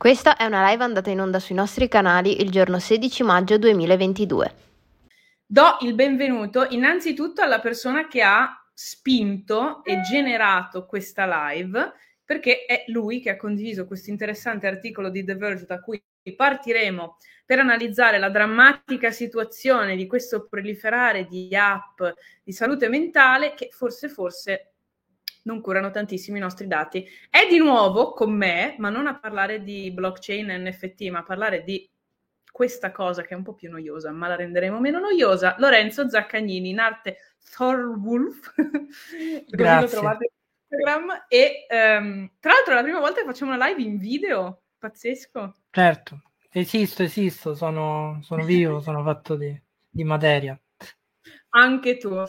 Questa è una live andata in onda sui nostri canali il giorno 16 maggio 2022. Do il benvenuto innanzitutto alla persona che ha spinto e generato questa live, perché è lui che ha condiviso questo interessante articolo di The Verge da cui partiremo per analizzare la drammatica situazione di questo proliferare di app di salute mentale che forse non curano tantissimo i nostri dati. È di nuovo con me, ma non a parlare di blockchain e NFT, ma a parlare di questa cosa che è un po' più noiosa, ma la renderemo meno noiosa, Lorenzo Zaccagnini, in arte Thorwolf, così lo trovate su Instagram, e tra l'altro è la prima volta che facciamo una live in video, pazzesco. Certo, esisto, sono vivo, sono fatto di materia. Anche tu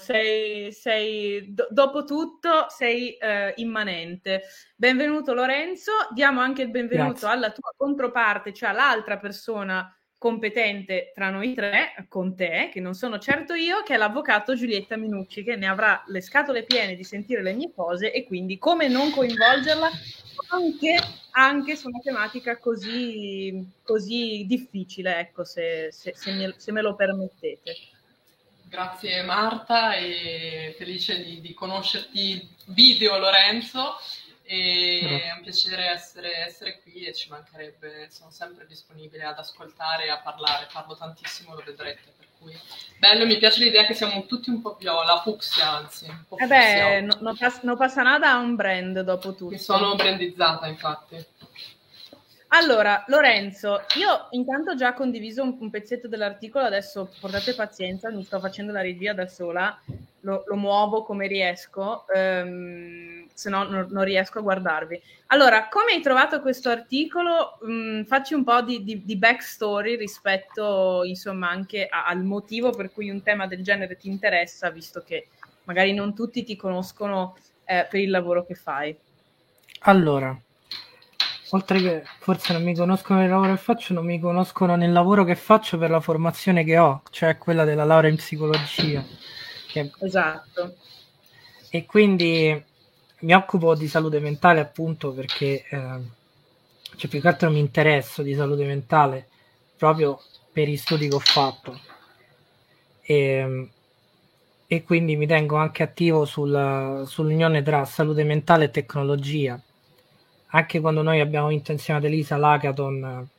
dopo tutto sei immanente. Benvenuto Lorenzo, diamo anche il benvenuto Grazie. alla tua controparte, cioè all'altra persona competente tra noi tre, con te, che non sono certo io, che è l'avvocato Giulietta Minucci, che ne avrà le scatole piene di sentire le mie cose e quindi come non coinvolgerla anche su una tematica così difficile, ecco, se me lo permettete. Grazie Marta e felice di conoscerti video Lorenzo e è un piacere essere qui e ci mancherebbe, sono sempre disponibile ad ascoltare e a parlare, parlo tantissimo, lo vedrete, per cui bello, mi piace l'idea che siamo tutti un po' viola, fucsia anzi. Un po' fucsia. No passa nada a un brand dopo tutto. Mi sono brandizzata infatti. Allora, Lorenzo, io intanto ho già condiviso un pezzetto dell'articolo, adesso portate pazienza, mi sto facendo la regia da sola, lo muovo come riesco, se no non riesco a guardarvi. Allora, come hai trovato questo articolo? Facci un po' di backstory rispetto, insomma, anche al motivo per cui un tema del genere ti interessa, visto che magari non tutti ti conoscono per il lavoro che fai. Allora, oltre che forse non mi conoscono nel lavoro che faccio, non mi conoscono nel lavoro che faccio per la formazione che ho, cioè quella della laurea in psicologia. Esatto. E quindi mi occupo di salute mentale appunto perché cioè più che altro mi interesso di salute mentale proprio per gli studi che ho fatto e quindi mi tengo anche attivo sull'unione tra salute mentale e tecnologia. Anche quando noi abbiamo vinto insieme ad Elisa l'hackathon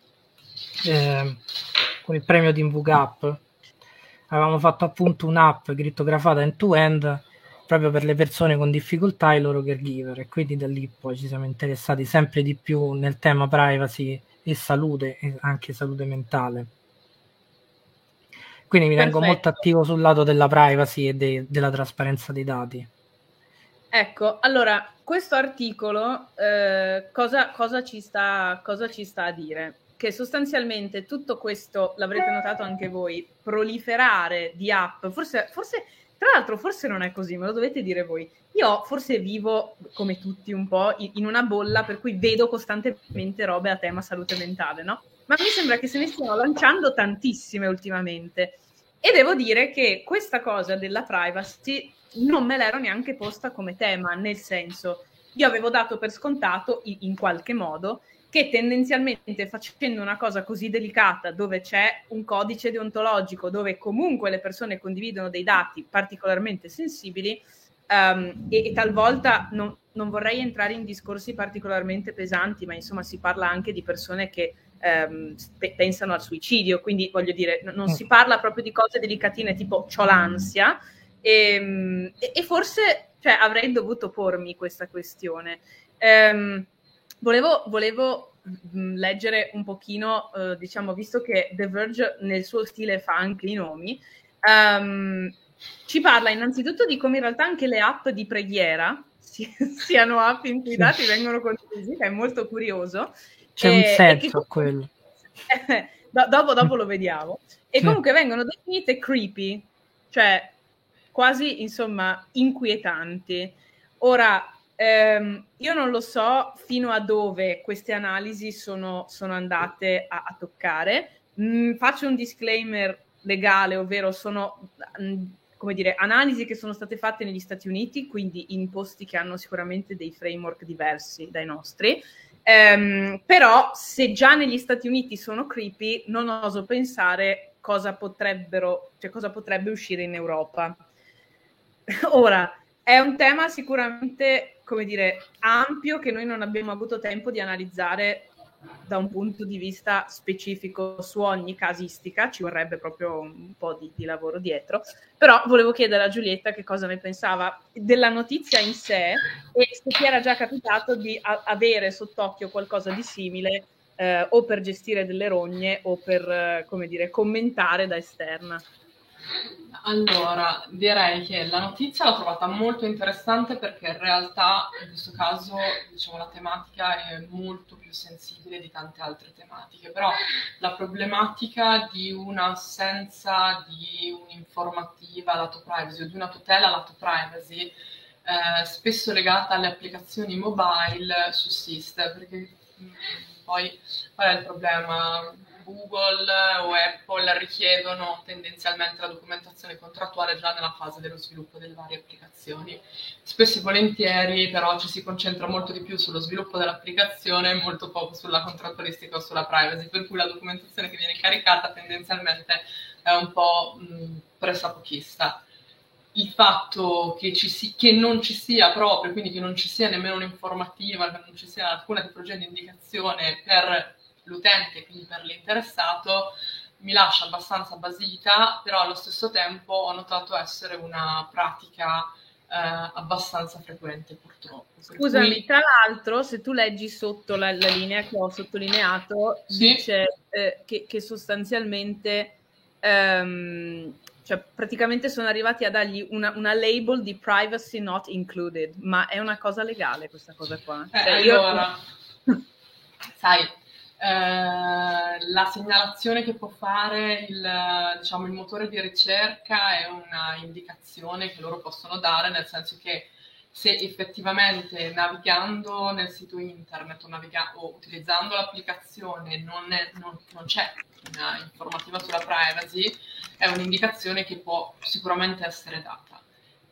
con il premio di InvGap, avevamo fatto appunto un'app crittografata end-to-end proprio per le persone con difficoltà e i loro caregiver, e quindi da lì poi ci siamo interessati sempre di più nel tema privacy e salute, e anche salute mentale. Quindi mi tengo molto attivo sul lato della privacy e della trasparenza dei dati. Ecco, allora, questo articolo cosa ci sta a dire? Che sostanzialmente tutto questo, l'avrete notato anche voi, proliferare di app, forse tra l'altro forse non è così, me lo dovete dire voi. Io forse vivo, come tutti un po', in una bolla per cui vedo costantemente robe a tema salute mentale, no? Ma mi sembra che se ne stiano lanciando tantissime ultimamente. E devo dire che questa cosa della privacy non me l'ero neanche posta come tema, nel senso, io avevo dato per scontato, in qualche modo, che tendenzialmente facendo una cosa così delicata, dove c'è un codice deontologico, dove comunque le persone condividono dei dati particolarmente sensibili, e talvolta non vorrei entrare in discorsi particolarmente pesanti, ma insomma si parla anche di persone che pensano al suicidio, quindi voglio dire, non si parla proprio di cose delicatine tipo c'ho l'ansia, e forse cioè, avrei dovuto pormi questa questione. Volevo leggere un pochino, diciamo, visto che The Verge nel suo stile fa anche i nomi, ci parla innanzitutto di come in realtà anche le app di preghiera siano app in cui i dati vengono condivisi, che è molto curioso. C'è un senso a quello. Dopo lo vediamo. E comunque vengono definite creepy, cioè quasi, insomma, inquietanti. Ora, io non lo so fino a dove queste analisi sono andate a toccare. Faccio un disclaimer legale, ovvero sono come dire, analisi che sono state fatte negli Stati Uniti, quindi in posti che hanno sicuramente dei framework diversi dai nostri. Però se già negli Stati Uniti sono creepy, non oso pensare cosa potrebbe uscire in Europa. Ora, è un tema sicuramente, come dire, ampio, che noi non abbiamo avuto tempo di analizzare da un punto di vista specifico su ogni casistica, ci vorrebbe proprio un po' di lavoro dietro, però volevo chiedere a Giulietta che cosa ne pensava della notizia in sé e se ti era già capitato di avere sott'occhio qualcosa di simile o per gestire delle rogne o per, come dire, commentare da esterna. Allora, direi che la notizia l'ho trovata molto interessante perché in realtà in questo caso, diciamo, la tematica è molto più sensibile di tante altre tematiche, però la problematica di un'assenza di un'informativa lato privacy o di una tutela lato privacy spesso legata alle applicazioni mobile sussiste, perché poi qual è il problema? Google o Apple richiedono tendenzialmente la documentazione contrattuale già nella fase dello sviluppo delle varie applicazioni. Spesso e volentieri però ci si concentra molto di più sullo sviluppo dell'applicazione e molto poco sulla contrattualistica o sulla privacy, per cui la documentazione che viene caricata tendenzialmente è un po' pressapochista. Il fatto che non ci sia proprio, quindi che non ci sia nemmeno un'informativa, che non ci sia alcuna tipologia di indicazione per l'utente, quindi per l'interessato, mi lascia abbastanza basita, però allo stesso tempo ho notato essere una pratica abbastanza frequente purtroppo. Scusami, tra l'altro, se tu leggi sotto la linea che ho sottolineato, sì, dice che sostanzialmente cioè praticamente sono arrivati a dargli una label di privacy not included, ma è una cosa legale questa cosa qua? Allora, sai, la segnalazione che può fare diciamo, il motore di ricerca è una indicazione che loro possono dare, nel senso che se effettivamente navigando nel sito internet o utilizzando l'applicazione non c'è una informativa sulla privacy, è un'indicazione che può sicuramente essere data.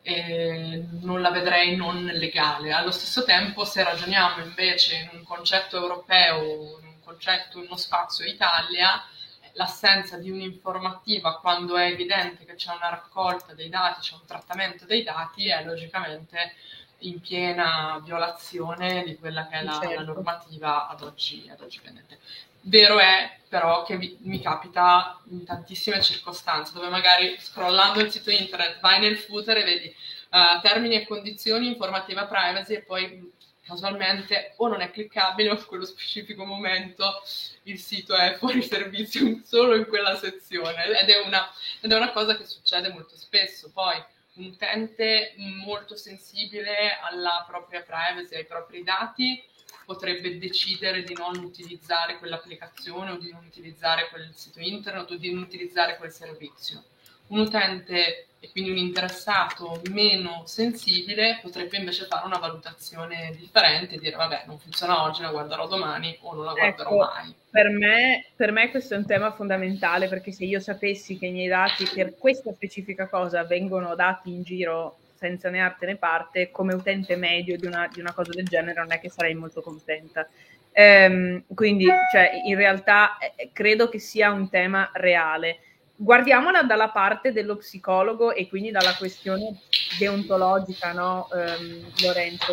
Non la vedrei non legale. Allo stesso tempo, se ragioniamo invece in un concetto europeo, concetto, uno spazio Italia, l'assenza di un'informativa quando è evidente che c'è una raccolta dei dati, c'è un trattamento dei dati, è logicamente in piena violazione di quella che è la normativa ad oggi pendente. Vero è però che mi capita in tantissime circostanze dove magari scrollando il sito internet vai nel footer e vedi termini e condizioni, informativa privacy e poi casualmente o non è cliccabile o in quello specifico momento il sito è fuori servizio solo in quella sezione ed è una cosa che succede molto spesso. Poi un utente molto sensibile alla propria privacy, ai propri dati, potrebbe decidere di non utilizzare quell'applicazione o di non utilizzare quel sito internet o di non utilizzare quel servizio. Un utente e quindi un interessato meno sensibile potrebbe invece fare una valutazione differente e dire vabbè, non funziona oggi, la guarderò domani o non la guarderò mai. Per me questo è un tema fondamentale, perché se io sapessi che i miei dati per questa specifica cosa vengono dati in giro senza né arte né parte, come utente medio di una cosa del genere non è che sarei molto contenta. Quindi cioè, in realtà credo che sia un tema reale. Guardiamola dalla parte dello psicologo e quindi dalla questione deontologica, no, Lorenzo?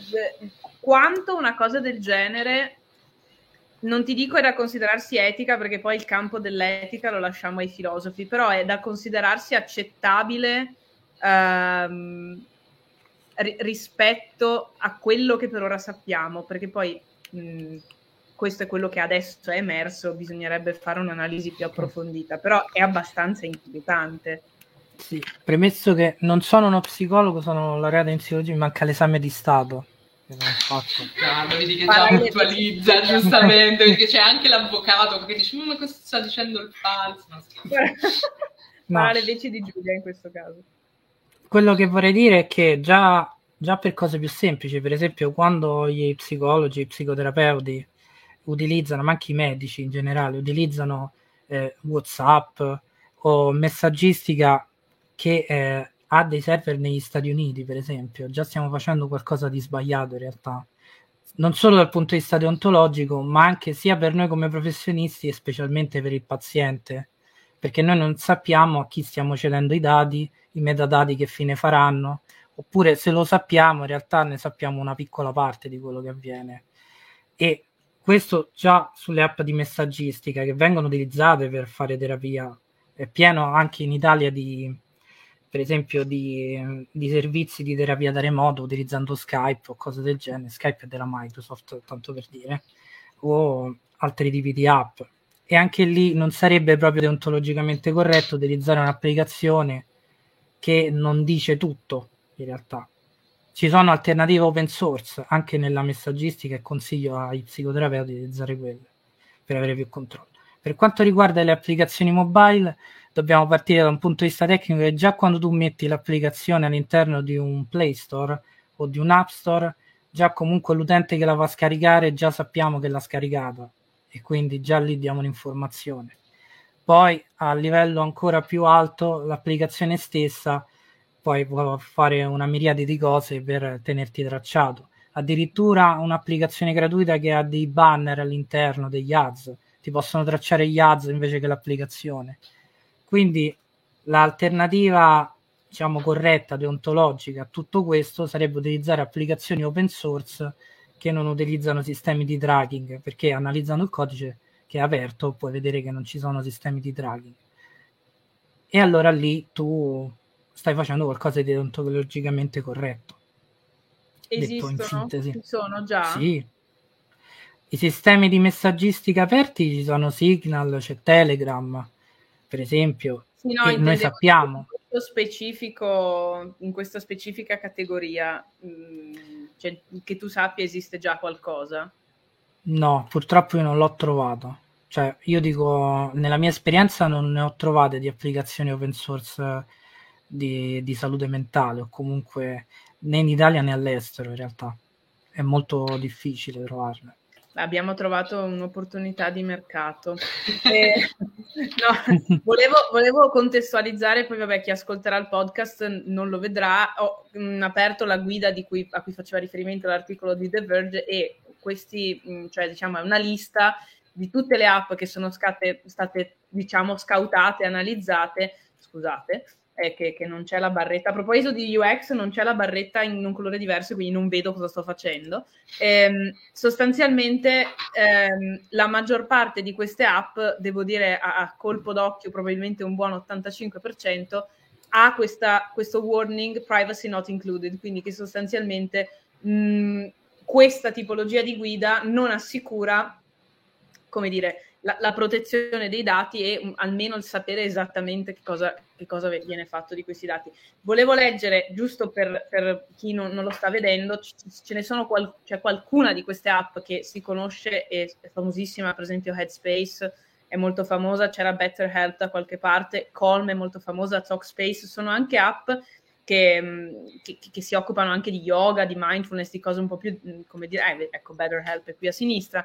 Quanto una cosa del genere, non ti dico è da considerarsi etica, perché poi il campo dell'etica lo lasciamo ai filosofi, però è da considerarsi accettabile rispetto a quello che per ora sappiamo, perché poi questo è quello che adesso è emerso, bisognerebbe fare un'analisi più approfondita, però è abbastanza inquietante. Sì, premesso che non sono uno psicologo, sono laureata in psicologia, mi manca l'esame di Stato. Che non ho fatto. Vedi che già puntualizza, giustamente, perché c'è anche l'avvocato che dice ma questo sta dicendo il falso. Ma le veci di Giulia in questo caso. Quello che vorrei dire è che già per cose più semplici, per esempio quando gli psicologi, i psicoterapeuti utilizzano, ma anche i medici in generale, utilizzano WhatsApp o messaggistica che ha dei server negli Stati Uniti, per esempio, già stiamo facendo qualcosa di sbagliato in realtà, non solo dal punto di vista deontologico, ma anche sia per noi come professionisti e specialmente per il paziente, perché noi non sappiamo a chi stiamo cedendo i dati, i metadati che fine faranno, oppure se lo sappiamo in realtà ne sappiamo una piccola parte di quello che avviene. E questo già sulle app di messaggistica che vengono utilizzate per fare terapia, è pieno anche in Italia per esempio di servizi di terapia da remoto utilizzando Skype o cose del genere. Skype è della Microsoft, tanto per dire, o altri tipi di app. E anche lì non sarebbe proprio deontologicamente corretto utilizzare un'applicazione che non dice tutto, in realtà. Ci sono alternative open source anche nella messaggistica e consiglio ai psicoterapeuti di utilizzare quelle per avere più controllo. Per quanto riguarda le applicazioni mobile, dobbiamo partire da un punto di vista tecnico che già quando tu metti l'applicazione all'interno di un Play Store o di un App Store, già comunque l'utente che la va a scaricare già sappiamo che l'ha scaricata e quindi già lì diamo un'informazione. Poi a livello ancora più alto l'applicazione stessa poi può fare una miriade di cose per tenerti tracciato. Addirittura un'applicazione gratuita che ha dei banner all'interno, degli ads, ti possono tracciare gli ads invece che l'applicazione. Quindi l'alternativa, diciamo, corretta, deontologica a tutto questo sarebbe utilizzare applicazioni open source che non utilizzano sistemi di tracking, perché analizzando il codice che è aperto puoi vedere che non ci sono sistemi di tracking. E allora lì tu stai facendo qualcosa di deontologicamente corretto. Esistono? Detto in sintesi. Ci sono già? Sì. I sistemi di messaggistica aperti ci sono Signal, c'è Telegram, per esempio, sì, no, e noi sappiamo. In questa specifica categoria, cioè, che tu sappia esiste già qualcosa? No, purtroppo io non l'ho trovato. Cioè, io dico, nella mia esperienza non ne ho trovate di applicazioni open source di salute mentale, o comunque né in Italia né all'estero in realtà. È molto difficile trovarle. Abbiamo trovato un'opportunità di mercato. No, volevo contestualizzare, poi vabbè, chi ascolterà il podcast non lo vedrà. Ho aperto la guida a cui faceva riferimento l'articolo di The Verge e questi, cioè diciamo, è una lista di tutte le app che sono state diciamo scoutate, analizzate, scusate, che non c'è la barretta. A proposito di UX, non c'è la barretta in un colore diverso, quindi non vedo cosa sto facendo. Sostanzialmente la maggior parte di queste app, devo dire a colpo d'occhio, probabilmente un buon 85%, ha questo warning privacy not included, quindi che sostanzialmente questa tipologia di guida non assicura, come dire, la protezione dei dati e almeno il sapere esattamente che cosa viene fatto di questi dati. Volevo leggere, giusto per chi non lo sta vedendo, ce ne sono c'è qualcuna di queste app che si conosce, è famosissima, per esempio Headspace è molto famosa, c'era BetterHelp da qualche parte, Calm è molto famosa, Talkspace, sono anche app che si occupano anche di yoga, di mindfulness, di cose un po' più, come dire, ecco, BetterHelp è qui a sinistra.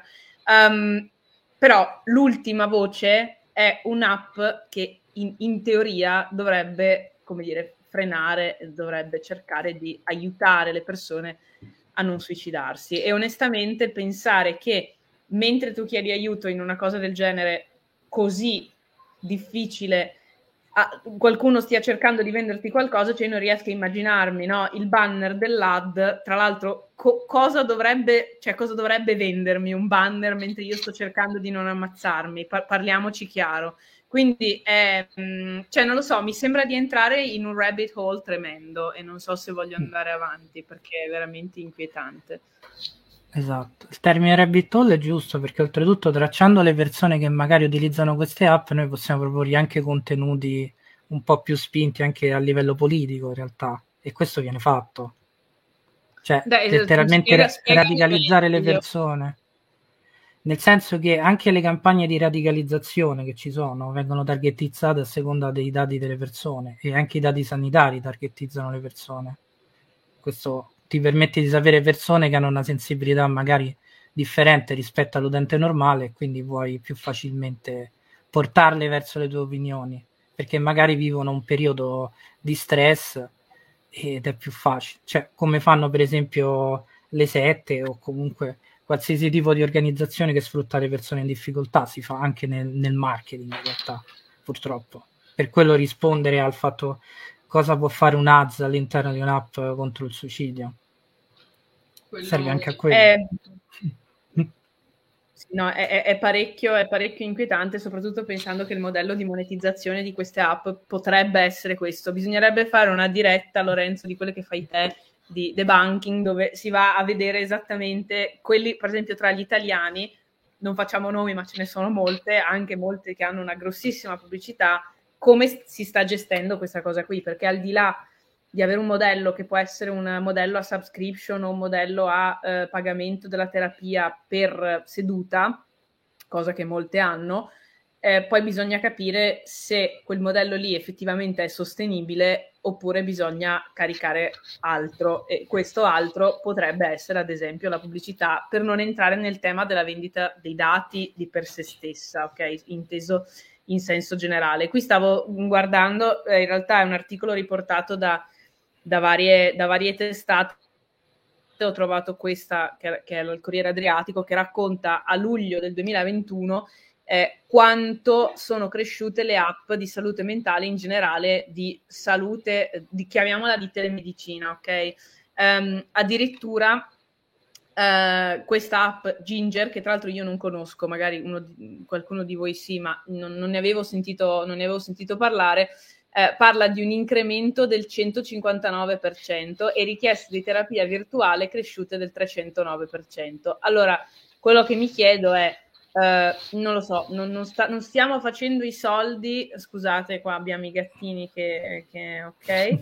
Però l'ultima voce è un'app che in teoria dovrebbe, come dire, frenare, dovrebbe cercare di aiutare le persone a non suicidarsi. E onestamente pensare che mentre tu chiedi aiuto in una cosa del genere così difficile, qualcuno stia cercando di venderti qualcosa, cioè io non riesco a immaginarmi, no, il banner dell'ad, tra l'altro cosa dovrebbe vendermi un banner mentre io sto cercando di non ammazzarmi, parliamoci chiaro. Quindi cioè non lo so, mi sembra di entrare in un rabbit hole tremendo e non so se voglio andare avanti perché è veramente inquietante. Esatto, il termine rabbit hole è giusto perché oltretutto tracciando le persone che magari utilizzano queste app noi possiamo proporre anche contenuti un po' più spinti anche a livello politico in realtà, e questo viene fatto, cioè letteralmente radicalizzare le persone, nel senso che anche le campagne di radicalizzazione che ci sono vengono targetizzate a seconda dei dati delle persone e anche i dati sanitari targetizzano le persone. Questo ti permette di sapere persone che hanno una sensibilità magari differente rispetto all'utente normale e quindi puoi più facilmente portarle verso le tue opinioni perché magari vivono un periodo di stress ed è più facile, cioè come fanno per esempio le sette o comunque qualsiasi tipo di organizzazione che sfrutta le persone in difficoltà. Si fa anche nel marketing, in realtà, purtroppo. Per quello rispondere al fatto cosa può fare un ads all'interno di un'app contro il suicidio serve anche a quello. No, è parecchio inquietante, soprattutto pensando che il modello di monetizzazione di queste app potrebbe essere questo. Bisognerebbe fare una diretta, Lorenzo, di quelle che fai te, di debunking, dove si va a vedere esattamente quelli, per esempio, tra gli italiani, non facciamo nomi, ma ce ne sono molte, anche molte che hanno una grossissima pubblicità, come si sta gestendo questa cosa qui, perché al di là di avere un modello che può essere un modello a subscription o un modello a pagamento della terapia per seduta, cosa che molte hanno, poi bisogna capire se quel modello lì effettivamente è sostenibile oppure bisogna caricare altro, e questo altro potrebbe essere ad esempio la pubblicità, per non entrare nel tema della vendita dei dati di per sé stessa, ok? Inteso in senso generale. Qui stavo guardando, in realtà è un articolo riportato da varie testate. Ho trovato questa che è il Corriere Adriatico, che racconta a luglio del 2021 quanto sono cresciute le app di salute mentale in generale, di salute, chiamiamola di telemedicina, ok? Addirittura questa app Ginger, che tra l'altro io non conosco, magari qualcuno di voi sì, ma non ne avevo sentito parlare, parla di un incremento del 159% e richieste di terapia virtuale cresciute del 309%. Allora, quello che mi chiedo è, non lo so, non stiamo facendo i soldi, scusate, qua abbiamo i gattini che ok,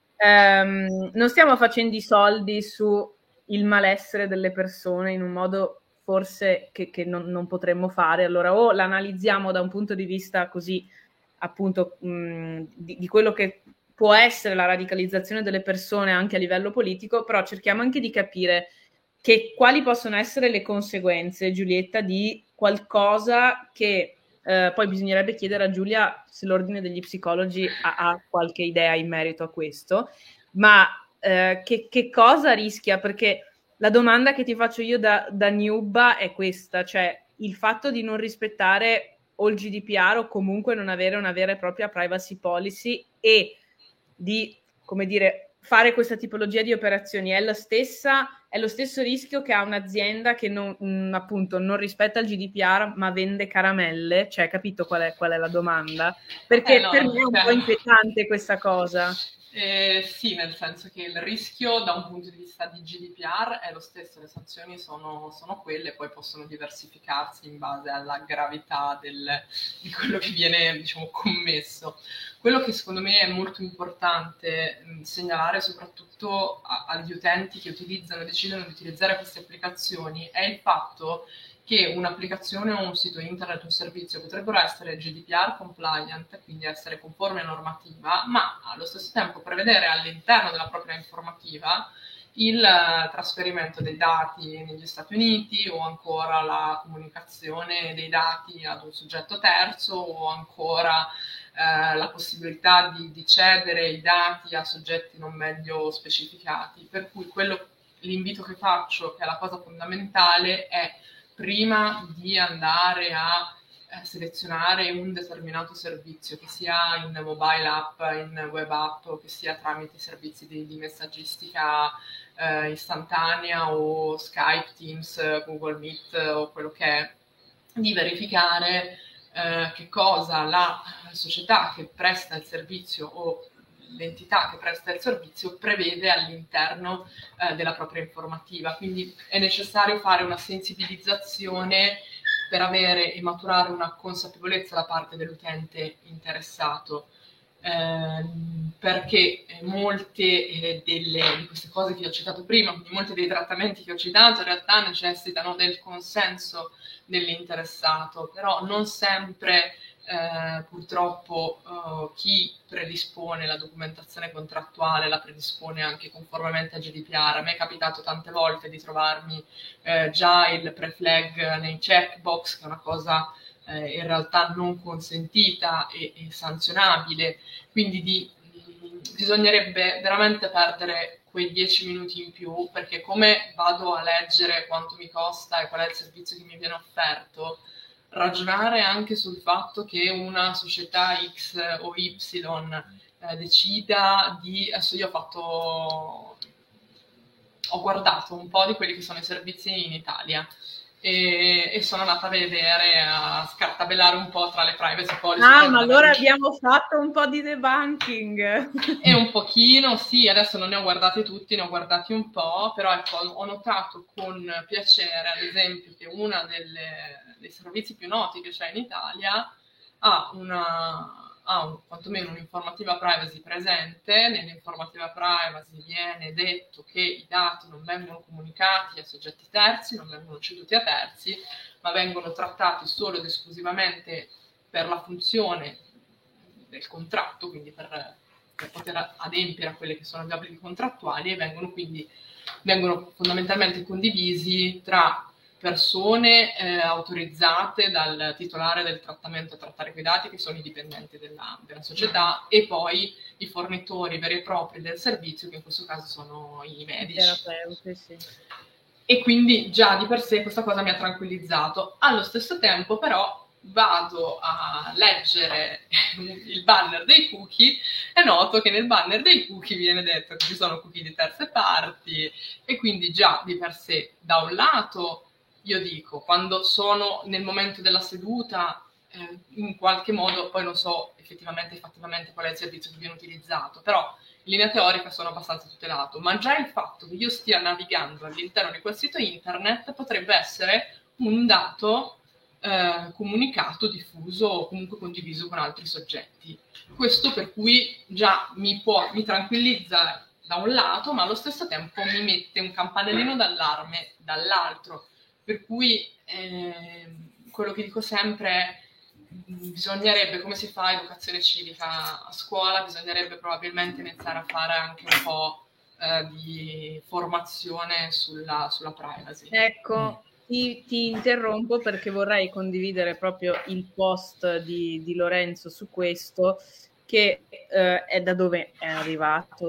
non stiamo facendo i soldi su il malessere delle persone in un modo forse che non potremmo fare. Allora, o l'analizziamo da un punto di vista così, appunto, di quello che può essere la radicalizzazione delle persone anche a livello politico, però cerchiamo anche di capire quali possono essere le conseguenze, Giulietta, di qualcosa che poi bisognerebbe chiedere a Giulia se l'ordine degli psicologi ha qualche idea in merito a questo, ma che cosa rischia? Perché la domanda che ti faccio io da Newba è questa, cioè il fatto di non rispettare o il GDPR o comunque non avere una vera e propria privacy policy e di, come dire, fare questa tipologia di operazioni è lo stesso rischio che ha un'azienda che appunto non rispetta il GDPR ma vende caramelle? Cioè, capito qual è la domanda? Perché no, per me è un po' inquietante questa cosa. Sì, nel senso che il rischio da un punto di vista di GDPR è lo stesso, le sanzioni sono quelle, poi possono diversificarsi in base alla gravità di quello che viene, diciamo, commesso. Quello che secondo me è molto importante segnalare soprattutto agli utenti che decidono di utilizzare queste applicazioni è il fatto che un'applicazione o un sito internet, un servizio potrebbero essere GDPR compliant, quindi essere conformi a normativa, ma allo stesso tempo prevedere all'interno della propria informativa il trasferimento dei dati negli Stati Uniti o ancora la comunicazione dei dati ad un soggetto terzo o ancora la possibilità di cedere i dati a soggetti non meglio specificati. Per cui l'invito che faccio, che è la cosa fondamentale, è prima di andare a selezionare un determinato servizio, che sia in mobile app, in web app, o che sia tramite servizi di messaggistica istantanea o Skype, Teams, Google Meet o quello che è, di verificare che cosa la società che presta il servizio o l'entità che presta il servizio prevede all'interno della propria informativa. Quindi è necessario fare una sensibilizzazione per avere e maturare una consapevolezza da parte dell'utente interessato, perché molte di queste cose che ho citato prima, quindi molti dei trattamenti che ho citato in realtà necessitano del consenso dell'interessato, però non sempre purtroppo chi predispone la documentazione contrattuale la predispone anche conformemente a GDPR. A me è capitato tante volte di trovarmi già il pre-flag nei checkbox, che è una cosa in realtà non consentita e sanzionabile, quindi bisognerebbe veramente perdere quei 10 minuti in più, perché come vado a leggere quanto mi costa e qual è il servizio che mi viene offerto, ragionare anche sul fatto che una società X o Y decida di... Adesso io ho guardato un po' di quelli che sono i servizi in Italia e sono andata a vedere, a scartabellare un po' tra le privacy policy. Ma allora abbiamo fatto un po' di debunking. E un pochino, sì, adesso non ne ho guardati tutti, ne ho guardati un po', però ecco, ho notato con piacere, ad esempio, che una dei servizi più noti che c'è in Italia ha quantomeno un'informativa privacy presente. Nell'informativa privacy viene detto che i dati non vengono comunicati a soggetti terzi, non vengono ceduti a terzi, ma vengono trattati solo ed esclusivamente per la funzione del contratto, quindi per poter adempiere a quelle che sono gli obblighi contrattuali, e vengono fondamentalmente condivisi tra persone autorizzate dal titolare del trattamento a trattare quei dati, che sono i dipendenti della società, e poi i fornitori veri e propri del servizio, che in questo caso sono i medici. Sì. E quindi già di per sé questa cosa mi ha tranquillizzato. Allo stesso tempo però vado a leggere il banner dei cookie e noto che nel banner dei cookie viene detto che ci sono cookie di terze parti, e quindi già di per sé, da un lato, io dico, quando sono nel momento della seduta, in qualche modo, poi non so effettivamente qual è il servizio che viene utilizzato, però in linea teorica sono abbastanza tutelato, ma già il fatto che io stia navigando all'interno di quel sito internet potrebbe essere un dato comunicato, diffuso o comunque condiviso con altri soggetti. Questo per cui già mi tranquillizza da un lato, ma allo stesso tempo mi mette un campanellino d'allarme dall'altro. Per cui quello che dico sempre è: bisognerebbe, come si fa educazione civica a scuola, bisognerebbe probabilmente iniziare a fare anche un po' di formazione sulla privacy. Ecco, ti interrompo perché vorrei condividere proprio il post di Lorenzo su questo, che è da dove è arrivato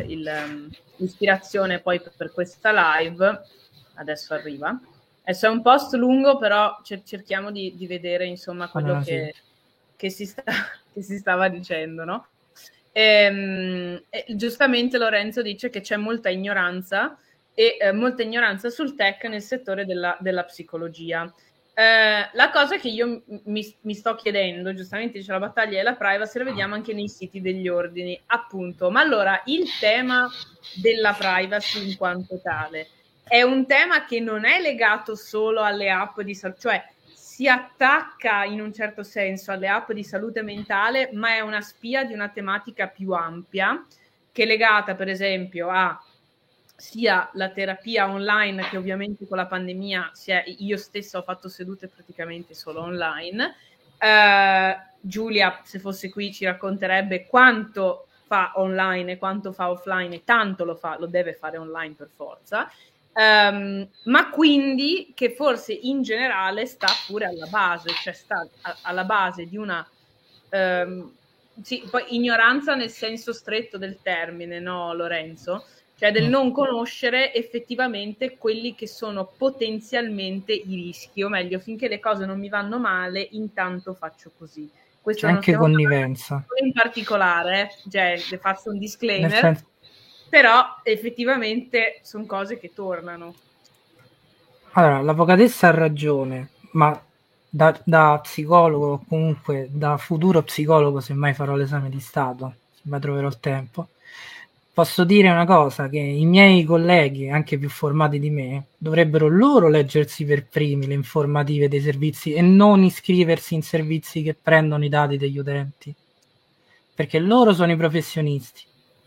l'ispirazione poi per questa live. Adesso arriva. Adesso è un post lungo, però cerchiamo di vedere insomma quello che si stava dicendo, no? Giustamente Lorenzo dice che c'è molta ignoranza sul tech nel settore della psicologia. La cosa che io mi sto chiedendo, giustamente dice la battaglia della privacy, la vediamo anche nei siti degli ordini, appunto. Ma allora il tema della privacy in quanto tale è un tema che non è legato solo alle app di salute, cioè si attacca in un certo senso alle app di salute mentale, ma è una spia di una tematica più ampia, che è legata per esempio a sia la terapia online, che ovviamente con la pandemia io stessa ho fatto sedute praticamente solo online. Giulia, se fosse qui, ci racconterebbe quanto fa online e quanto fa offline, e tanto lo deve fare online per forza. Ma quindi che forse in generale sta pure alla base, cioè sta alla base di una poi ignoranza nel senso stretto del termine, no Lorenzo? Cioè del non conoscere effettivamente quelli che sono potenzialmente i rischi, o meglio, finché le cose non mi vanno male, intanto faccio così. Questo c'è anche connivenza. In particolare, cioè, le faccio un disclaimer, però effettivamente sono cose che tornano. Allora, l'avvocatessa ha ragione, ma da psicologo, o comunque da futuro psicologo, se mai farò l'esame di Stato, se mai troverò il tempo, posso dire una cosa, che i miei colleghi, anche più formati di me, dovrebbero loro leggersi per primi le informative dei servizi e non iscriversi in servizi che prendono i dati degli utenti, perché loro sono i professionisti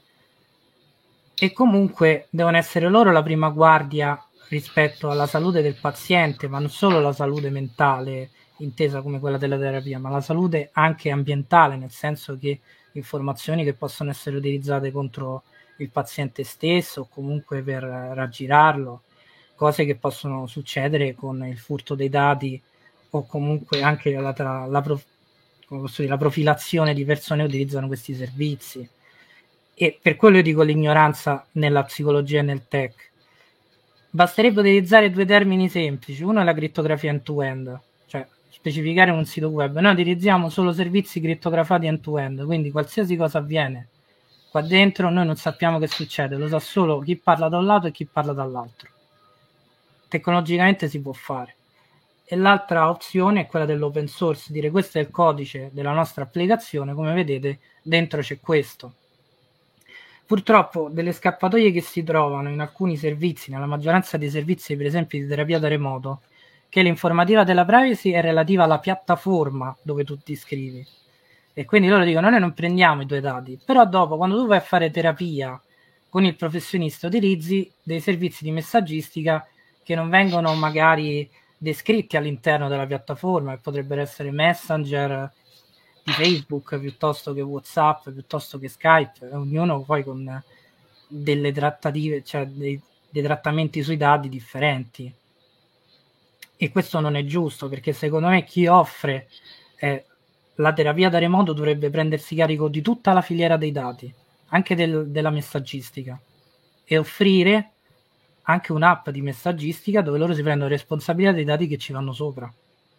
e comunque devono essere loro la prima guardia rispetto alla salute del paziente, ma non solo la salute mentale intesa come quella della terapia, ma la salute anche ambientale, nel senso che informazioni che possono essere utilizzate contro il paziente stesso o comunque per raggirarlo, cose che possono succedere con il furto dei dati o comunque anche la profilazione di persone che utilizzano questi servizi. E per quello io dico l'ignoranza nella psicologia e nel tech. Basterebbe utilizzare due termini semplici. Uno è la crittografia end-to-end, cioè specificare in un sito web. Noi utilizziamo solo servizi crittografati end-to-end, quindi qualsiasi cosa avviene qua dentro noi non sappiamo che succede, lo sa solo chi parla da un lato e chi parla dall'altro. Tecnologicamente si può fare. E l'altra opzione è quella dell'open source, dire questo è il codice della nostra applicazione, come vedete dentro c'è questo. Purtroppo delle scappatoie che si trovano in alcuni servizi, nella maggioranza dei servizi per esempio di terapia da remoto, che l'informativa della privacy è relativa alla piattaforma dove tu ti iscrivi. E quindi loro dicono noi non prendiamo i tuoi dati, però dopo quando tu vai a fare terapia con il professionista utilizzi dei servizi di messaggistica che non vengono magari descritti all'interno della piattaforma, che potrebbero essere Messenger di Facebook piuttosto che WhatsApp, piuttosto che Skype, ognuno poi con delle trattative, cioè dei trattamenti sui dati differenti. E questo non è giusto, perché secondo me chi offre la terapia da remoto dovrebbe prendersi carico di tutta la filiera dei dati, anche della messaggistica, e offrire anche un'app di messaggistica dove loro si prendono responsabilità dei dati che ci vanno sopra.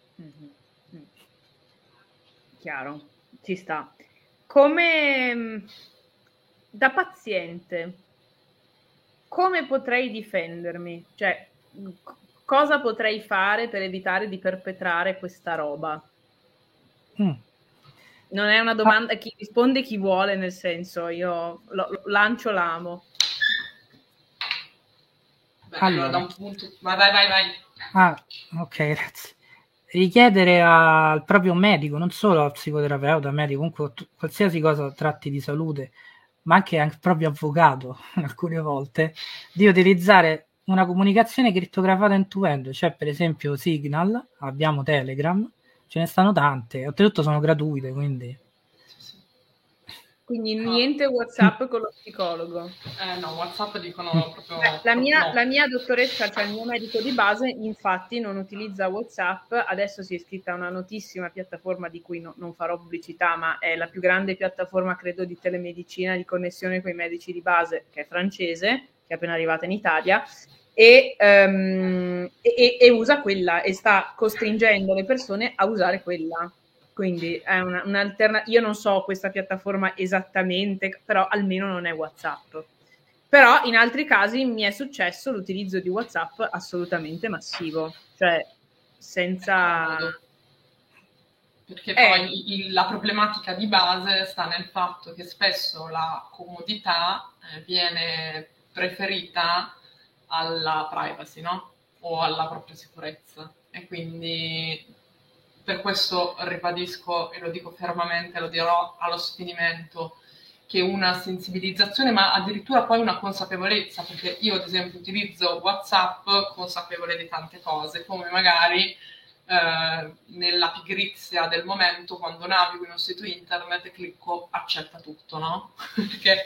Chiaro, ci sta. Come da paziente, come potrei difendermi? Cioè, cosa potrei fare per evitare di perpetrare questa roba? Non è una domanda, chi risponde chi vuole, nel senso, io lancio l'amo. Allora, da un punto... Vai. Ah, ok, grazie. Richiedere al proprio medico, non solo al psicoterapeuta, medico, comunque qualsiasi cosa tratti di salute, ma anche al proprio avvocato, alcune volte, di utilizzare una comunicazione crittografata end-to-end, cioè per esempio Signal, abbiamo Telegram, ce ne stanno tante, oltretutto sono gratuite, quindi... Quindi niente WhatsApp con lo psicologo? No, WhatsApp dicono proprio... La mia dottoressa, cioè il mio medico di base, infatti non utilizza WhatsApp, adesso si è iscritta a una notissima piattaforma di cui non farò pubblicità, ma è la più grande piattaforma, credo, di telemedicina, di connessione con i medici di base, che è francese, che è appena arrivata in Italia, e usa quella e sta costringendo le persone a usare quella. Quindi è un'alternativa. Io non so questa piattaforma esattamente, però almeno non è WhatsApp. Però in altri casi mi è successo l'utilizzo di WhatsApp assolutamente massivo, cioè senza... Perché poi la problematica di base sta nel fatto che spesso la comodità viene preferita alla privacy, no? O alla propria sicurezza. E quindi... Per questo ribadisco e lo dico fermamente, lo dirò allo sfinimento, che una sensibilizzazione, ma addirittura poi una consapevolezza, perché io ad esempio utilizzo WhatsApp consapevole di tante cose, come magari nella pigrizia del momento quando navigo in un sito internet e clicco accetta tutto, no? Perché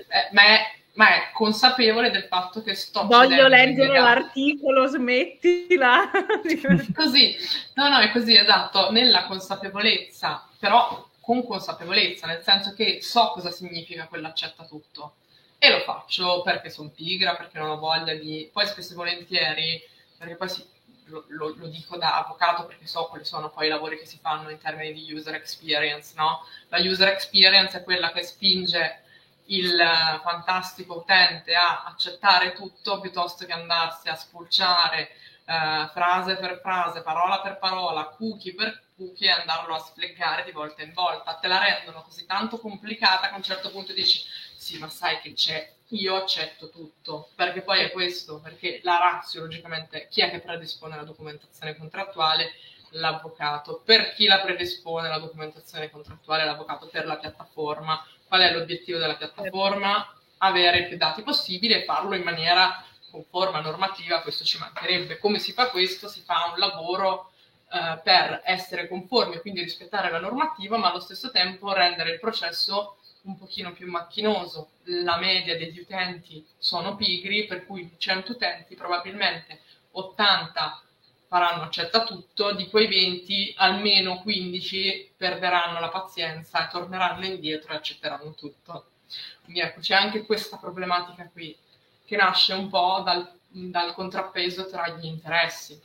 ma è consapevole del fatto che voglio leggere l'articolo, smettila. Così, no, è così, esatto, nella consapevolezza, però con consapevolezza, nel senso che so cosa significa quell'accetta tutto e lo faccio perché sono pigra, perché non ho voglia di... Poi spesso e volentieri, perché poi lo dico da avvocato perché so quali sono poi i lavori che si fanno in termini di user experience, no? La user experience è quella che spinge il fantastico utente a accettare tutto piuttosto che andarsi a spulciare frase per frase, parola per parola, cookie per cookie e andarlo a spiegare di volta in volta. Te la rendono così tanto complicata che a un certo punto dici sì, ma sai che c'è, io accetto tutto, perché poi è questo, perché la ratio logicamente chi è che predispone la documentazione contrattuale? L'avvocato. Per chi la predispone la documentazione contrattuale? L'avvocato. Per la piattaforma. Qual è l'obiettivo della piattaforma? Avere più dati possibili e farlo in maniera conforme a normativa, questo ci mancherebbe. Come si fa questo? Si fa un lavoro per essere conformi e quindi rispettare la normativa, ma allo stesso tempo rendere il processo un pochino più macchinoso. La media degli utenti sono pigri, per cui 100 utenti probabilmente 80 faranno accetta tutto, di quei 20 almeno 15 perderanno la pazienza e torneranno indietro e accetteranno tutto. Quindi ecco, c'è anche questa problematica qui, che nasce un po' dal contrappeso tra gli interessi,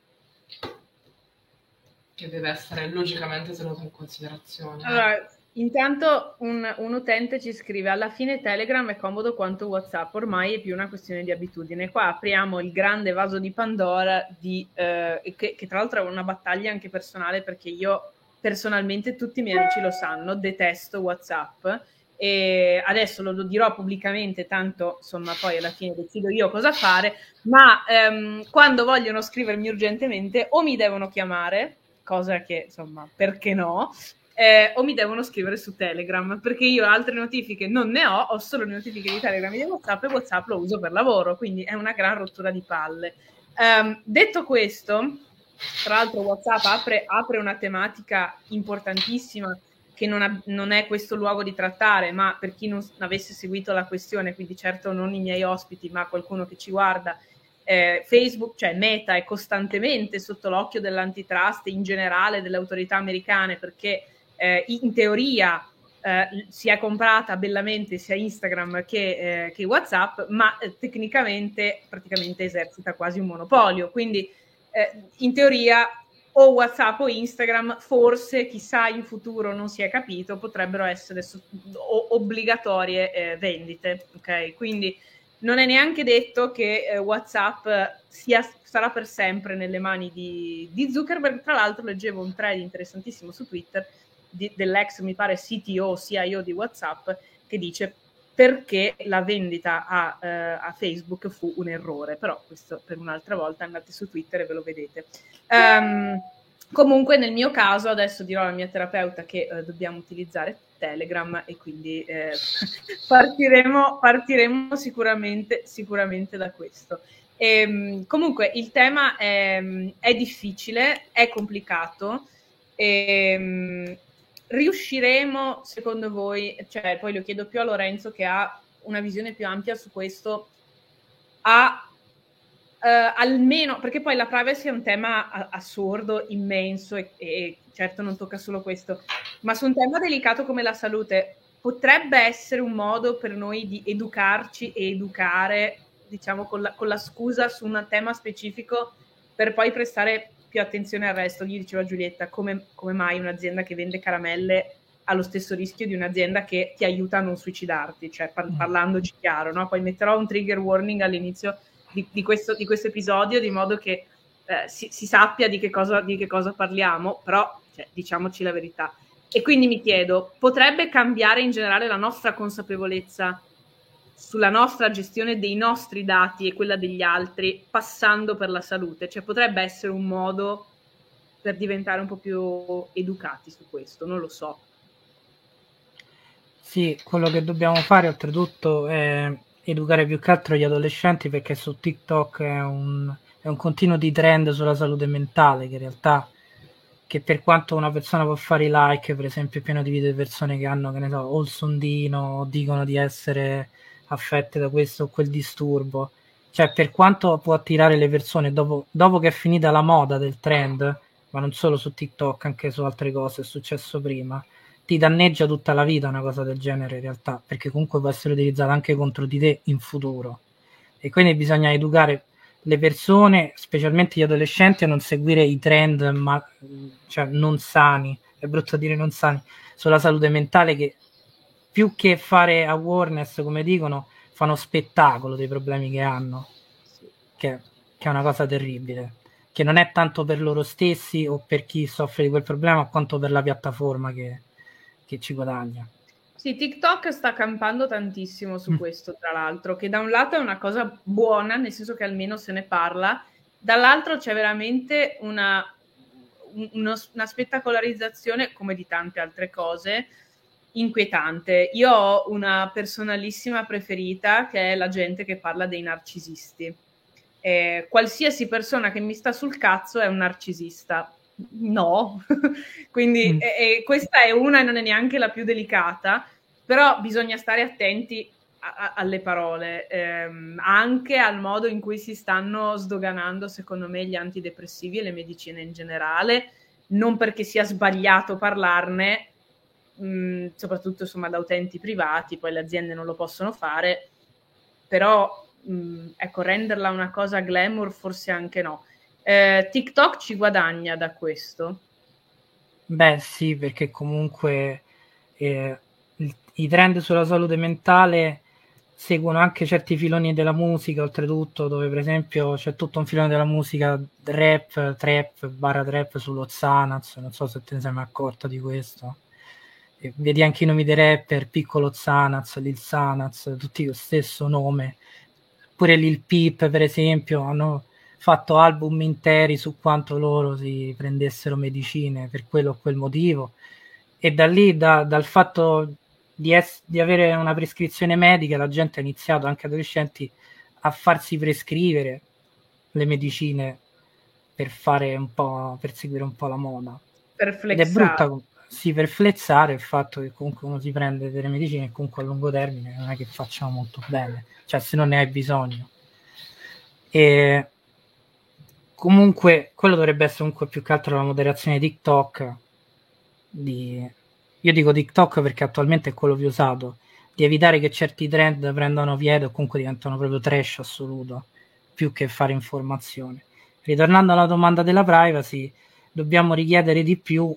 che deve essere logicamente tenuto in considerazione. Allora, intanto un utente ci scrive: alla fine Telegram è comodo quanto WhatsApp, ormai è più una questione di abitudine. Qua apriamo il grande vaso di Pandora che tra l'altro è una battaglia anche personale, perché io personalmente, tutti i miei amici lo sanno, detesto WhatsApp, e adesso lo dirò pubblicamente, tanto insomma poi alla fine decido io cosa fare, ma quando vogliono scrivermi urgentemente o mi devono chiamare, cosa che insomma perché no, o mi devono scrivere su Telegram, perché io altre notifiche non ne ho solo le notifiche di Telegram e di WhatsApp, e WhatsApp lo uso per lavoro, quindi è una gran rottura di palle. Detto questo, tra l'altro WhatsApp apre una tematica importantissima che non è questo luogo di trattare, ma per chi non avesse seguito la questione, quindi certo non i miei ospiti, ma qualcuno che ci guarda, Facebook, cioè Meta, è costantemente sotto l'occhio dell'antitrust e in generale delle autorità americane, perché in teoria si è comprata bellamente sia Instagram che WhatsApp, ma tecnicamente praticamente esercita quasi un monopolio. Quindi in teoria o WhatsApp o Instagram, forse, chissà, in futuro non si è capito, potrebbero essere obbligatorie vendite. Ok, quindi non è neanche detto che WhatsApp sarà per sempre nelle mani di Zuckerberg. Tra l'altro leggevo un thread interessantissimo su Twitter dell'ex, mi pare, CTO o CIO di WhatsApp, che dice perché la vendita a Facebook fu un errore, però questo per un'altra volta, andate su Twitter e ve lo vedete. Comunque nel mio caso adesso dirò alla mia terapeuta che dobbiamo utilizzare Telegram, e quindi partiremo sicuramente da questo. Comunque il tema è difficile, è complicato. Riusciremo, secondo voi, cioè poi lo chiedo più a Lorenzo che ha una visione più ampia su questo, almeno, perché poi la privacy è un tema assurdo, immenso, e certo non tocca solo questo, ma su un tema delicato come la salute potrebbe essere un modo per noi di educarci e educare, diciamo, con la scusa su un tema specifico, per poi prestare più attenzione al resto. Gli diceva Giulietta, come mai un'azienda che vende caramelle ha lo stesso rischio di un'azienda che ti aiuta a non suicidarti, cioè parlandoci chiaro, no? Poi metterò un trigger warning all'inizio di questo episodio, di modo che si sappia di che cosa parliamo, però cioè, diciamoci la verità. E quindi mi chiedo, potrebbe cambiare in generale la nostra consapevolezza sulla nostra gestione dei nostri dati e quella degli altri, passando per la salute? Cioè potrebbe essere un modo per diventare un po' più educati su questo, non lo so. Sì, quello che dobbiamo fare oltretutto è educare più che altro gli adolescenti, perché su TikTok è un continuo di trend sulla salute mentale, che in realtà, che per quanto una persona può fare i like, per esempio è pieno di video di persone che hanno, che ne so, o il sondino, o dicono di essere affette da questo o quel disturbo, cioè per quanto può attirare le persone dopo che è finita la moda del trend, ma non solo su TikTok, anche su altre cose, è successo prima, ti danneggia tutta la vita una cosa del genere in realtà, perché comunque può essere utilizzata anche contro di te in futuro, e quindi bisogna educare le persone, specialmente gli adolescenti, a non seguire i trend cioè non sani, è brutto dire non sani, sulla salute mentale, che più che fare awareness, come dicono, fanno spettacolo dei problemi che hanno, che è una cosa terribile, che non è tanto per loro stessi o per chi soffre di quel problema, quanto per la piattaforma che ci guadagna. Sì, TikTok sta campando tantissimo su questo, tra l'altro, che da un lato è una cosa buona, nel senso che almeno se ne parla, dall'altro c'è veramente una spettacolarizzazione, come di tante altre cose, inquietante. Io ho una personalissima preferita, che è la gente che parla dei narcisisti. Qualsiasi persona che mi sta sul cazzo è un narcisista. No, quindi questa è una e non è neanche la più delicata, però bisogna stare attenti alle parole, anche al modo in cui si stanno sdoganando, secondo me, gli antidepressivi e le medicine in generale, non perché sia sbagliato parlarne, soprattutto insomma da utenti privati, poi le aziende non lo possono fare, però ecco, renderla una cosa glamour forse anche no. TikTok ci guadagna da questo? Beh, sì, perché comunque i trend sulla salute mentale seguono anche certi filoni della musica, oltretutto, dove per esempio c'è tutto un filone della musica rap, trap, barra trap sullo Xanax, non so se te ne sei mai accorto di questo. E vedi anche i nomi dei rapper, Piccolo Xanax, Lil Xanax, tutti lo stesso nome. Pure Lil Peep, per esempio, hanno fatto album interi su quanto loro si prendessero medicine per quello o quel motivo, e da lì, dal fatto di avere una prescrizione medica, la gente ha iniziato, anche adolescenti, a farsi prescrivere le medicine per fare un po', per seguire un po' la moda. Per Ed è brutta, flexare. sì, per flexare il fatto che comunque uno si prende delle medicine e comunque a lungo termine non è che facciano molto bene, cioè se non ne hai bisogno. E comunque quello dovrebbe essere comunque più che altro la moderazione di TikTok. Io dico TikTok perché attualmente è quello più usato, di evitare che certi trend prendano piede o comunque diventano proprio trash assoluto, più che fare informazione. Ritornando alla domanda della privacy, dobbiamo richiedere di più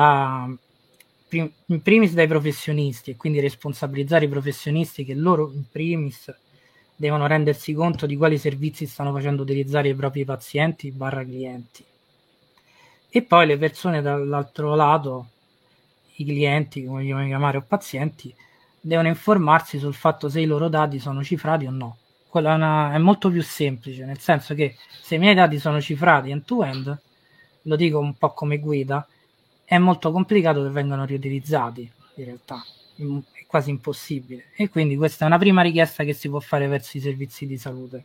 in primis dai professionisti, e quindi responsabilizzare i professionisti che loro in primis devono rendersi conto di quali servizi stanno facendo utilizzare i propri pazienti barra clienti, e poi le persone dall'altro lato, i clienti, come li vogliamo chiamare, o pazienti, devono informarsi sul fatto se i loro dati sono cifrati o no. Quella è molto più semplice, nel senso che se i miei dati sono cifrati end-to-end, lo dico un po' come guida, è molto complicato che vengano riutilizzati, in realtà è quasi impossibile, e quindi questa è una prima richiesta che si può fare verso i servizi di salute.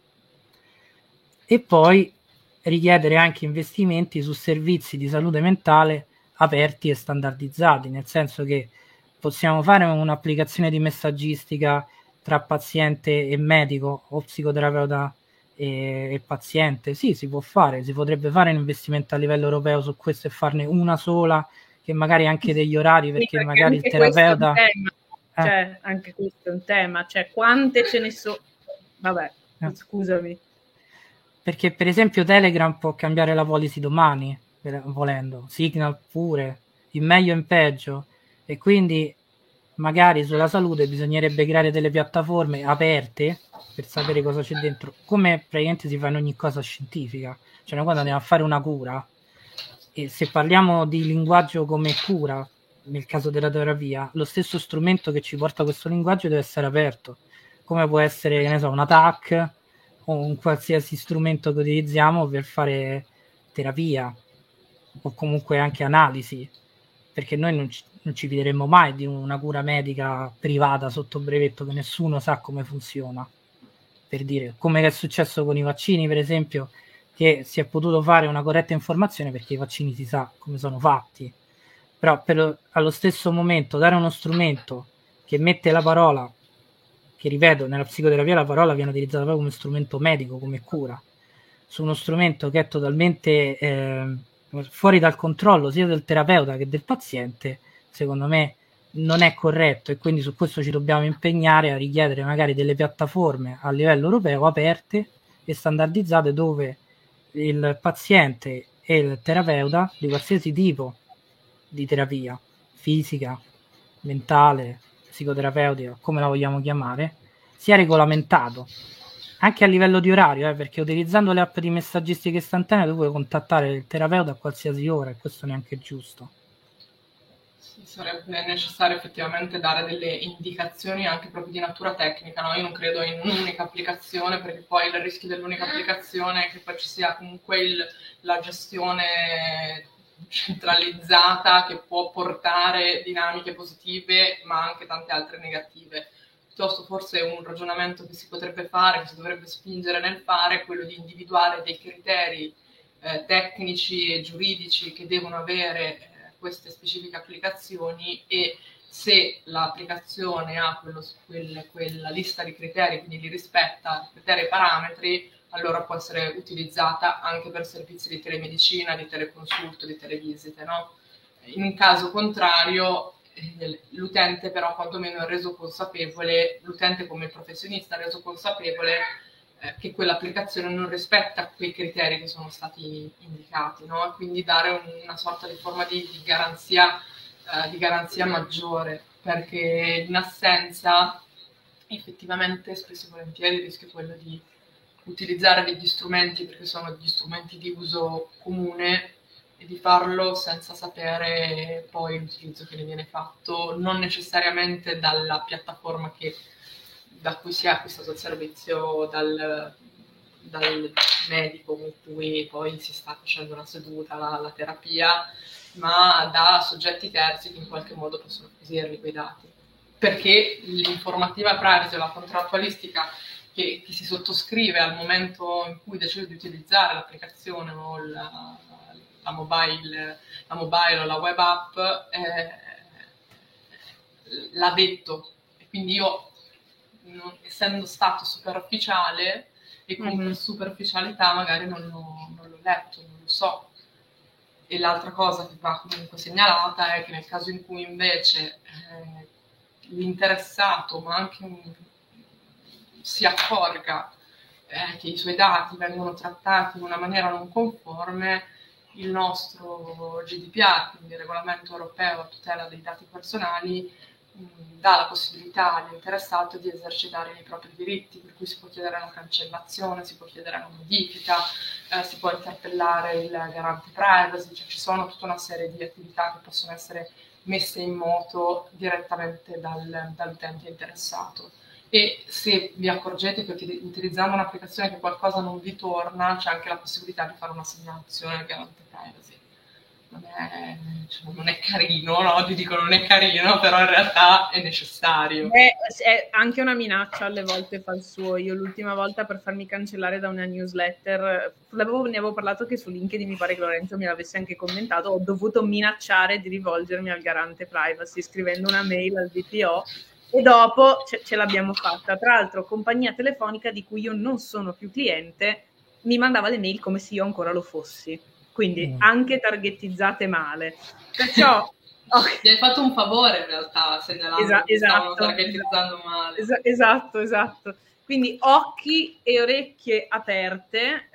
E poi richiedere anche investimenti su servizi di salute mentale aperti e standardizzati, nel senso che possiamo fare un'applicazione di messaggistica tra paziente e medico o psicoterapeuta e paziente. Sì, si può fare, si potrebbe fare un investimento a livello europeo su questo e farne una sola, che magari anche degli orari, perché magari il terapeuta... Cioè, anche questo è un tema, cioè quante ce ne sono... Vabbè, scusami. Perché per esempio Telegram può cambiare la policy domani, volendo, Signal pure, in meglio e in peggio, e quindi magari sulla salute bisognerebbe creare delle piattaforme aperte per sapere cosa c'è dentro, come praticamente si fa in ogni cosa scientifica. Cioè noi quando andiamo a fare una cura, e se parliamo di linguaggio come cura, nel caso della terapia, lo stesso strumento che ci porta a questo linguaggio deve essere aperto, come può essere, che ne so, un TAC o un qualsiasi strumento che utilizziamo per fare terapia o comunque anche analisi, perché noi non ci fideremmo mai di una cura medica privata sotto brevetto che nessuno sa come funziona, per dire, come è successo con i vaccini, per esempio, che si è potuto fare una corretta informazione perché i vaccini si sa come sono fatti, però allo stesso momento dare uno strumento che mette la parola, che ripeto, nella psicoterapia la parola viene utilizzata proprio come strumento medico, come cura, su uno strumento che è totalmente fuori dal controllo sia del terapeuta che del paziente, secondo me non è corretto, e quindi su questo ci dobbiamo impegnare a richiedere magari delle piattaforme a livello europeo aperte e standardizzate, dove il paziente e il terapeuta di qualsiasi tipo di terapia fisica, mentale, psicoterapeutica, come la vogliamo chiamare, sia regolamentato anche a livello di orario, perché utilizzando le app di messaggistica istantanea tu puoi contattare il terapeuta a qualsiasi ora, e questo neanche è giusto. Sì, sarebbe necessario effettivamente dare delle indicazioni anche proprio di natura tecnica, no? Io non credo in un'unica applicazione, perché poi il rischio dell'unica applicazione è che poi ci sia comunque la gestione centralizzata che può portare dinamiche positive ma anche tante altre negative. Piuttosto forse un ragionamento che si potrebbe fare, che si dovrebbe spingere nel fare, è quello di individuare dei criteri tecnici e giuridici che devono avere queste specifiche applicazioni, e se l'applicazione ha quella lista di criteri, quindi li rispetta, criteri e parametri, allora può essere utilizzata anche per servizi di telemedicina, di teleconsulto, di televisite, no? In caso contrario l'utente però quantomeno è reso consapevole, l'utente come il professionista è reso consapevole che quell'applicazione non rispetta quei criteri che sono stati indicati, no? E quindi dare una sorta di forma di garanzia maggiore, perché in assenza effettivamente spesso e volentieri il rischio è quello di utilizzare degli strumenti perché sono degli strumenti di uso comune e di farlo senza sapere poi l'utilizzo che ne viene fatto, non necessariamente dalla piattaforma da cui si è acquistato il servizio, dal medico con cui poi si sta facendo una seduta, la terapia, ma da soggetti terzi che in qualche modo possono acquisirli quei dati. Perché l'informativa privacy o la contrattualistica che si sottoscrive al momento in cui decide di utilizzare l'applicazione o la mobile o la web app l'ha detto, e quindi io, essendo stato superficiale e con superficialità magari non l'ho letto, non lo so. E l'altra cosa che va comunque segnalata è che nel caso in cui invece l'interessato, ma anche si accorga che i suoi dati vengono trattati in una maniera non conforme, il nostro GDPR, quindi il regolamento europeo a tutela dei dati personali, dà la possibilità all'interessato di esercitare i propri diritti, per cui si può chiedere la cancellazione, si può chiedere la modifica, si può interpellare il garante privacy, cioè ci sono tutta una serie di attività che possono essere messe in moto direttamente dall'utente interessato. E se vi accorgete che utilizzando un'applicazione che qualcosa non vi torna, c'è anche la possibilità di fare una segnalazione al garante privacy. Non è carino, no? Ti dico non è carino, però in realtà è necessario. È anche una minaccia, alle volte fa il suo. Io l'ultima volta, per farmi cancellare da una newsletter, ne avevo parlato che su LinkedIn, mi pare che Lorenzo me l'avesse anche commentato, ho dovuto minacciare di rivolgermi al garante privacy scrivendo una mail al DPO, e dopo ce l'abbiamo fatta. Tra l'altro compagnia telefonica di cui io non sono più cliente mi mandava le mail come se io ancora lo fossi, quindi anche targetizzate male. Perciò gli hai fatto un favore in realtà segnalando che stavano targetizzando male. Esatto. Quindi occhi e orecchie aperte.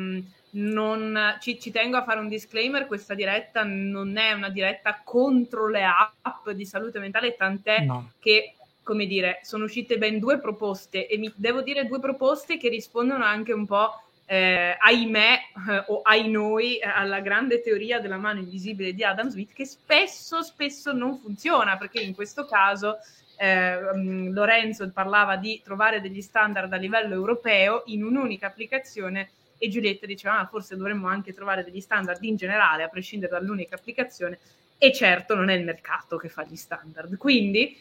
Ci tengo a fare un disclaimer: questa diretta non è una diretta contro le app di salute mentale, tant'è che, come dire, sono uscite ben 2 proposte, e devo dire 2 proposte che rispondono anche un po', ahimè, o ai noi, alla grande teoria della mano invisibile di Adam Smith, che spesso non funziona, perché in questo caso Lorenzo parlava di trovare degli standard a livello europeo in un'unica applicazione, e Giulietta diceva forse dovremmo anche trovare degli standard in generale a prescindere dall'unica applicazione, e certo non è il mercato che fa gli standard, quindi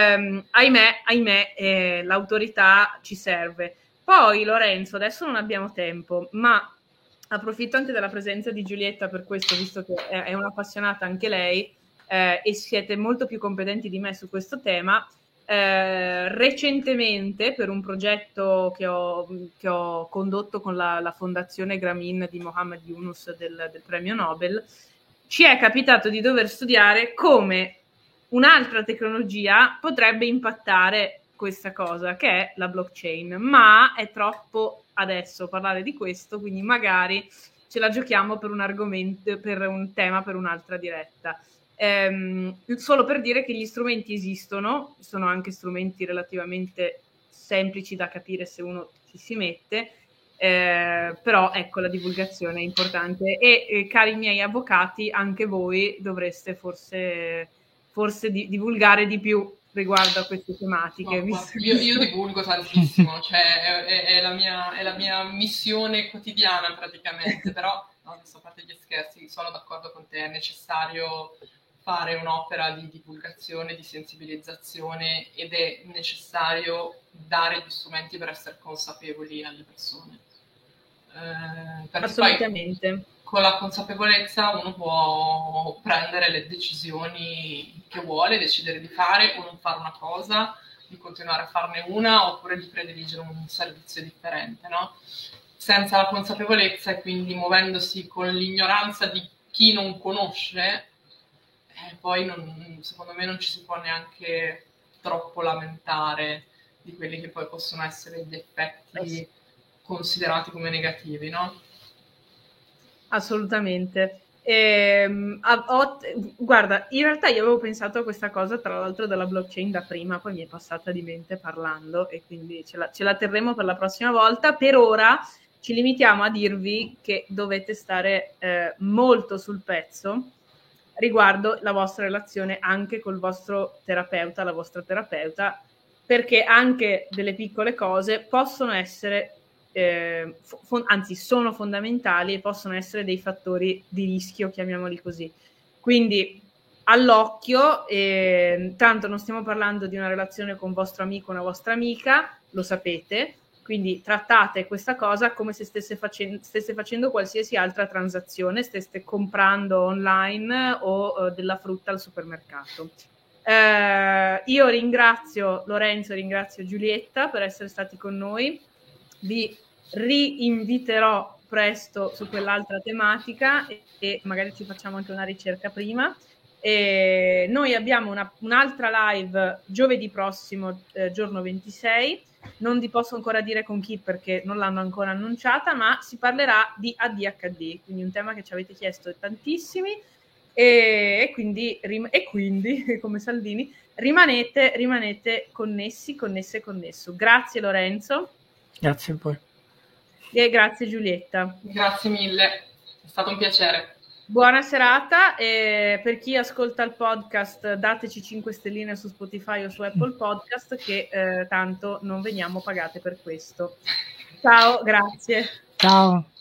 ahimè, l'autorità ci serve. Poi Lorenzo, adesso non abbiamo tempo, ma approfitto anche della presenza di Giulietta per questo, visto che è un'appassionata anche lei, e siete molto più competenti di me su questo tema. Recentemente, per un progetto che ho condotto con la fondazione Grameen di Mohammed Yunus del premio Nobel, ci è capitato di dover studiare come un'altra tecnologia potrebbe impattare questa cosa, che è la blockchain, ma è troppo adesso parlare di questo, quindi magari ce la giochiamo per un argomento, per un tema, per un'altra diretta. Solo per dire che gli strumenti esistono, sono anche strumenti relativamente semplici da capire se uno ci si mette, però ecco, la divulgazione è importante, e cari miei avvocati, anche voi dovreste forse divulgare di più riguardo a queste tematiche. No, io divulgo tantissimo, cioè è la mia missione quotidiana praticamente, però adesso, a parte gli scherzi, sono d'accordo con te, è necessario fare un'opera di divulgazione, di sensibilizzazione, ed è necessario dare gli strumenti per essere consapevoli alle persone. Assolutamente. Poi, con la consapevolezza uno può prendere le decisioni che vuole, decidere di fare o non fare una cosa, di continuare a farne una, oppure di prediligere un servizio differente, no? Senza la consapevolezza, e quindi muovendosi con l'ignoranza di chi non conosce, poi secondo me non ci si può neanche troppo lamentare di quelli che poi possono essere gli effetti considerati come negativi, no? Assolutamente. Guarda, in realtà io avevo pensato a questa cosa, tra l'altro, della blockchain da prima, poi mi è passata di mente parlando e quindi ce la terremo per la prossima volta. Per ora ci limitiamo a dirvi che dovete stare molto sul pezzo riguardo la vostra relazione anche col vostro terapeuta, la vostra terapeuta, perché anche delle piccole cose possono essere anzi sono fondamentali e possono essere dei fattori di rischio, chiamiamoli così. Quindi all'occhio, tanto non stiamo parlando di una relazione con vostro amico o una vostra amica, lo sapete, quindi trattate questa cosa come se stesse facendo qualsiasi altra transazione, steste comprando online o della frutta al supermercato. Io ringrazio Lorenzo, ringrazio Giulietta per essere stati con noi. Vi rinviterò presto su quell'altra tematica e magari ci facciamo anche una ricerca prima. E noi abbiamo un'altra live giovedì prossimo, giorno 26. Non vi posso ancora dire con chi perché non l'hanno ancora annunciata, ma si parlerà di ADHD, quindi un tema che ci avete chiesto tantissimi e quindi come Salvini rimanete connessi, connesse, connesso. Grazie Lorenzo. Grazie a voi. E grazie Giulietta. Grazie mille, è stato un piacere. Buona serata e per chi ascolta il podcast dateci 5 stelline su Spotify o su Apple Podcast che tanto non veniamo pagate per questo. Ciao, grazie. Ciao.